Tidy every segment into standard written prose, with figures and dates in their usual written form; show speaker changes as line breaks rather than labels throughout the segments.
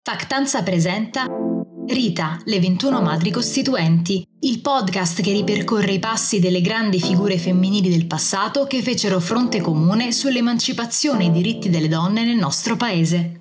Factanza presenta Rita, le 21 madri costituenti, il podcast che ripercorre i passi delle grandi figure femminili del passato che fecero fronte comune sull'emancipazione e i diritti delle donne nel nostro paese.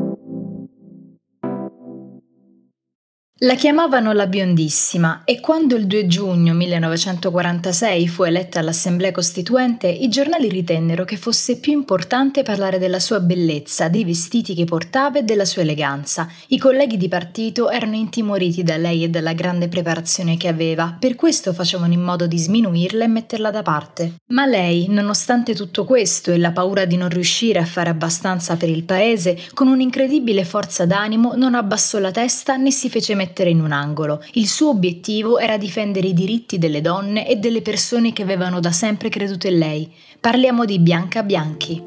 La chiamavano la biondissima e quando il 2 giugno 1946 fu eletta all'Assemblea Costituente, i giornali ritennero che fosse più importante parlare della sua bellezza, dei vestiti che portava e della sua eleganza. I colleghi di partito erano intimoriti da lei e dalla grande preparazione che aveva, per questo facevano in modo di sminuirla e metterla da parte. Ma lei, nonostante tutto questo e la paura di non riuscire a fare abbastanza per il paese, con un'incredibile forza d'animo non abbassò la testa né si fece mettere in un angolo. Il suo obiettivo era difendere i diritti delle donne e delle persone che avevano da sempre creduto in lei. Parliamo di Bianca Bianchi.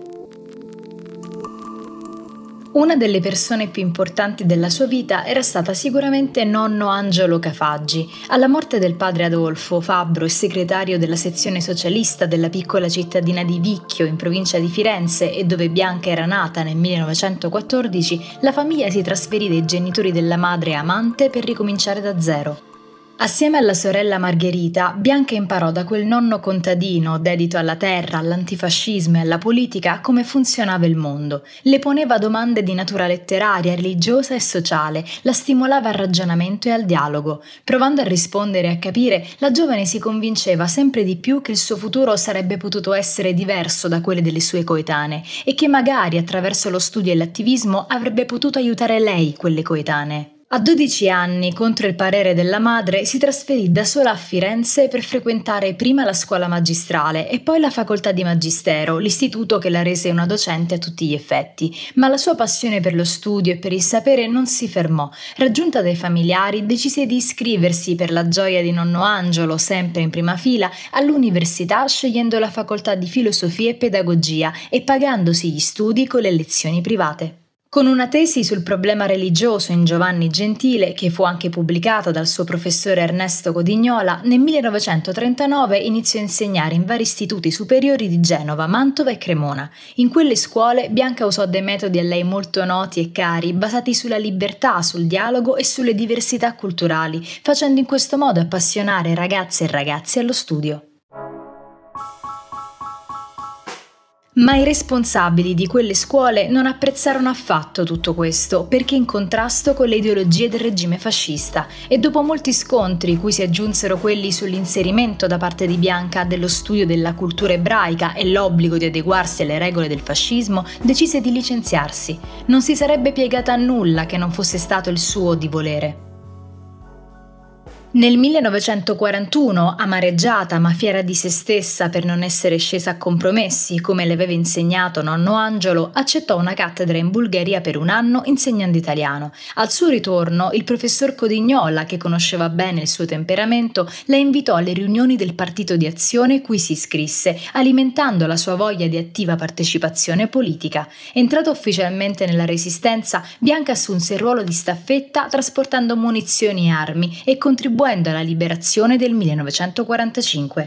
Una delle persone più importanti della sua vita era stata sicuramente nonno Angelo Cafaggi. Alla morte del padre Adolfo, fabbro e segretario della sezione socialista della piccola cittadina di Vicchio in provincia di Firenze e dove Bianca era nata nel 1914, la famiglia si trasferì dai genitori della madre amante per ricominciare da zero. Assieme alla sorella Margherita, Bianca imparò da quel nonno contadino, dedito alla terra, all'antifascismo e alla politica, come funzionava il mondo. Le poneva domande di natura letteraria, religiosa e sociale, la stimolava al ragionamento e al dialogo. Provando a rispondere e a capire, la giovane si convinceva sempre di più che il suo futuro sarebbe potuto essere diverso da quello delle sue coetanee e che magari attraverso lo studio e l'attivismo avrebbe potuto aiutare lei, quelle coetanee. A 12 anni, contro il parere della madre, si trasferì da sola a Firenze per frequentare prima la scuola magistrale e poi la facoltà di magistero, l'istituto che la rese una docente a tutti gli effetti. Ma la sua passione per lo studio e per il sapere non si fermò. Raggiunta dai familiari, decise di iscriversi per la gioia di nonno Angelo, sempre in prima fila, all'università scegliendo la facoltà di filosofia e pedagogia e pagandosi gli studi con le lezioni private. Con una tesi sul problema religioso in Giovanni Gentile, che fu anche pubblicata dal suo professore Ernesto Codignola, nel 1939 iniziò a insegnare in vari istituti superiori di Genova, Mantova e Cremona. In quelle scuole Bianca usò dei metodi a lei molto noti e cari, basati sulla libertà, sul dialogo e sulle diversità culturali, facendo in questo modo appassionare ragazze e ragazzi allo studio. Ma i responsabili di quelle scuole non apprezzarono affatto tutto questo, perché in contrasto con le ideologie del regime fascista, e dopo molti scontri, cui si aggiunsero quelli sull'inserimento da parte di Bianca dello studio della cultura ebraica e l'obbligo di adeguarsi alle regole del fascismo, decise di licenziarsi. Non si sarebbe piegata a nulla che non fosse stato il suo di volere. Nel 1941, amareggiata ma fiera di se stessa per non essere scesa a compromessi, come le aveva insegnato nonno Angelo, accettò una cattedra in Bulgaria per un anno insegnando italiano. Al suo ritorno, il professor Codignola, che conosceva bene il suo temperamento, la invitò alle riunioni del Partito di Azione cui si iscrisse, alimentando la sua voglia di attiva partecipazione politica. Entrata ufficialmente nella Resistenza, Bianca assunse il ruolo di staffetta trasportando munizioni e armi e contribuendo alla liberazione del 1945.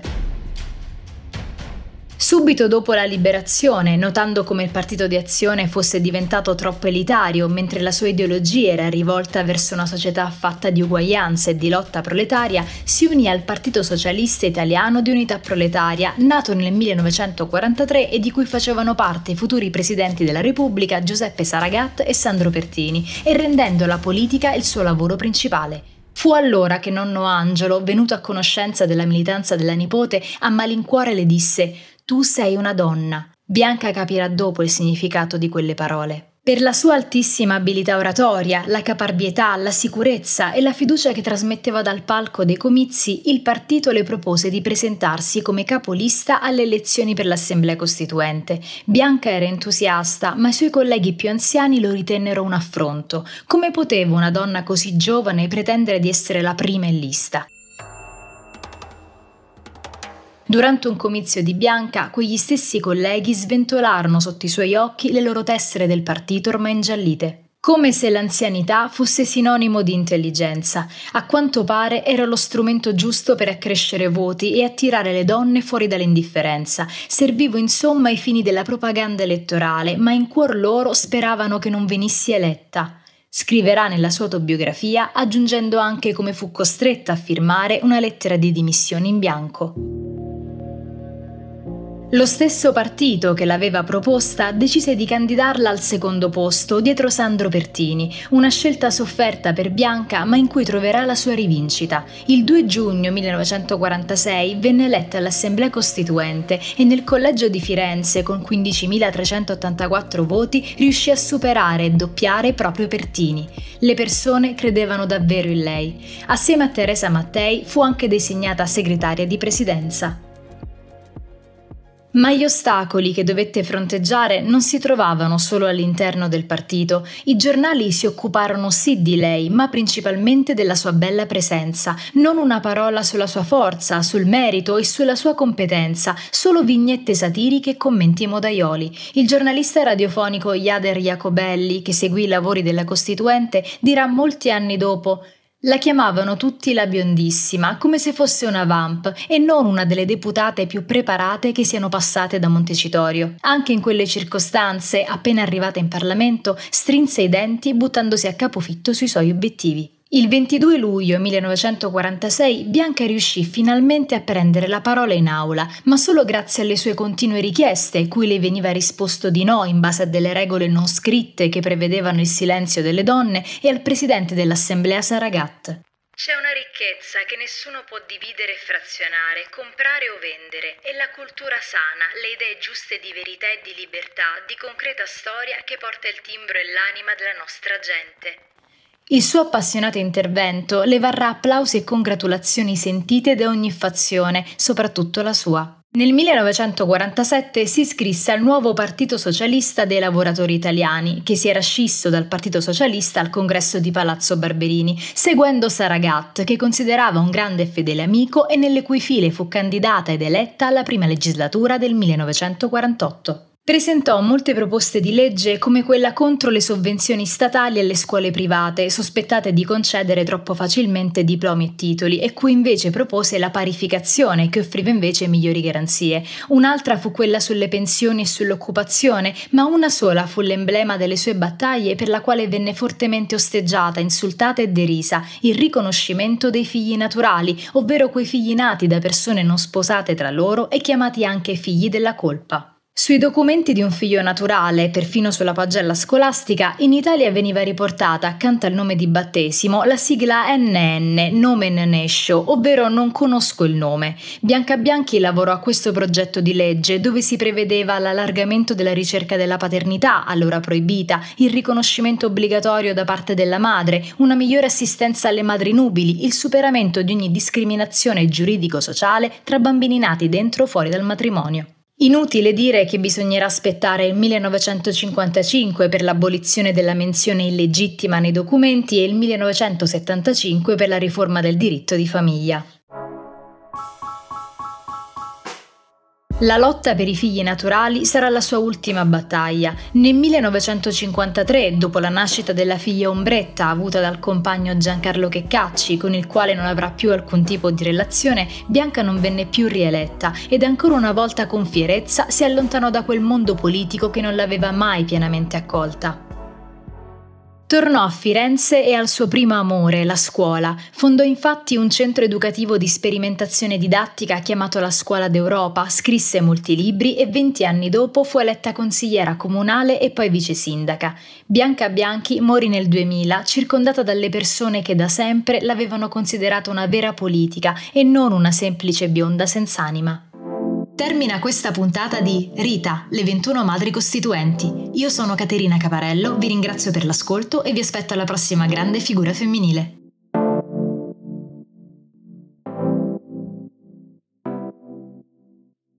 Subito dopo la liberazione, notando come il Partito di Azione fosse diventato troppo elitario, mentre la sua ideologia era rivolta verso una società fatta di uguaglianza e di lotta proletaria, si unì al Partito Socialista Italiano di Unità Proletaria, nato nel 1943 e di cui facevano parte i futuri presidenti della Repubblica Giuseppe Saragat e Sandro Pertini, e rendendo la politica il suo lavoro principale. Fu allora che nonno Angelo, venuto a conoscenza della militanza della nipote, a malincuore le disse: «Tu sei una donna». Bianca capirà dopo il significato di quelle parole. Per la sua altissima abilità oratoria, la caparbietà, la sicurezza e la fiducia che trasmetteva dal palco dei comizi, il partito le propose di presentarsi come capolista alle elezioni per l'Assemblea Costituente. Bianca era entusiasta, ma i suoi colleghi più anziani lo ritennero un affronto. Come poteva una donna così giovane pretendere di essere la prima in lista? Durante un comizio di Bianca, quegli stessi colleghi sventolarono sotto i suoi occhi le loro tessere del partito ormai ingiallite. Come se l'anzianità fosse sinonimo di intelligenza. A quanto pare era lo strumento giusto per accrescere voti e attirare le donne fuori dall'indifferenza. Servivo insomma ai fini della propaganda elettorale, ma in cuor loro speravano che non venissi eletta. Scriverà nella sua autobiografia aggiungendo anche come fu costretta a firmare una lettera di dimissioni in bianco. Lo stesso partito che l'aveva proposta decise di candidarla al secondo posto dietro Sandro Pertini, una scelta sofferta per Bianca ma in cui troverà la sua rivincita. Il 2 giugno 1946 venne eletta all'Assemblea Costituente e nel collegio di Firenze con 15.384 voti riuscì a superare e doppiare proprio Pertini. Le persone credevano davvero in lei. Assieme a Teresa Mattei fu anche designata segretaria di presidenza. Ma gli ostacoli che dovette fronteggiare non si trovavano solo all'interno del partito. I giornali si occuparono sì di lei, ma principalmente della sua bella presenza. Non una parola sulla sua forza, sul merito e sulla sua competenza, solo vignette satiriche e commenti modaioli. Il giornalista radiofonico Jader Jacobelli, che seguì i lavori della Costituente, dirà molti anni dopo: la chiamavano tutti la biondissima, come se fosse una vamp e non una delle deputate più preparate che siano passate da Montecitorio. Anche in quelle circostanze, appena arrivata in Parlamento, strinse i denti buttandosi a capofitto sui suoi obiettivi. Il 22 luglio 1946 Bianca riuscì finalmente a prendere la parola in aula, ma solo grazie alle sue continue richieste, cui le veniva risposto di no in base a delle regole non scritte che prevedevano il silenzio delle donne, e al presidente dell'Assemblea Saragat.
C'è una ricchezza che nessuno può dividere e frazionare, comprare o vendere, e la cultura sana, le idee giuste di verità e di libertà, di concreta storia che porta il timbro e l'anima della nostra gente.
Il suo appassionato intervento le varrà applausi e congratulazioni sentite da ogni fazione, soprattutto la sua. Nel 1947 si iscrisse al nuovo Partito Socialista dei Lavoratori Italiani, che si era scisso dal Partito Socialista al congresso di Palazzo Barberini, seguendo Saragat, che considerava un grande e fedele amico e nelle cui file fu candidata ed eletta alla prima legislatura del 1948. Presentò molte proposte di legge come quella contro le sovvenzioni statali alle scuole private, sospettate di concedere troppo facilmente diplomi e titoli, e cui invece propose la parificazione, che offriva invece migliori garanzie. Un'altra fu quella sulle pensioni e sull'occupazione, ma una sola fu l'emblema delle sue battaglie, per la quale venne fortemente osteggiata, insultata e derisa: il riconoscimento dei figli naturali, ovvero quei figli nati da persone non sposate tra loro e chiamati anche figli della colpa. Sui documenti di un figlio naturale, perfino sulla pagella scolastica, in Italia veniva riportata, accanto al nome di battesimo, la sigla NN, Nomen Nescio, ovvero non conosco il nome. Bianca Bianchi lavorò a questo progetto di legge, dove si prevedeva l'allargamento della ricerca della paternità, allora proibita, il riconoscimento obbligatorio da parte della madre, una migliore assistenza alle madri nubili, il superamento di ogni discriminazione giuridico-sociale tra bambini nati dentro o fuori dal matrimonio. Inutile dire che bisognerà aspettare il 1955 per l'abolizione della menzione illegittima nei documenti e il 1975 per la riforma del diritto di famiglia. La lotta per i figli naturali sarà la sua ultima battaglia. Nel 1953, dopo la nascita della figlia Ombretta avuta dal compagno Giancarlo Checcacci, con il quale non avrà più alcun tipo di relazione, Bianca non venne più rieletta ed ancora una volta con fierezza si allontanò da quel mondo politico che non l'aveva mai pienamente accolta. Tornò a Firenze e al suo primo amore, la scuola. Fondò infatti un centro educativo di sperimentazione didattica chiamato la Scuola d'Europa, scrisse molti libri e 20 anni dopo fu eletta consigliera comunale e poi vice sindaca. Bianca Bianchi morì nel 2000, circondata dalle persone che da sempre l'avevano considerata una vera politica e non una semplice bionda senz'anima. Termina questa puntata di Rita, le 21 madri costituenti. Io sono Caterina Caparello, vi ringrazio per l'ascolto e vi aspetto alla prossima grande figura femminile.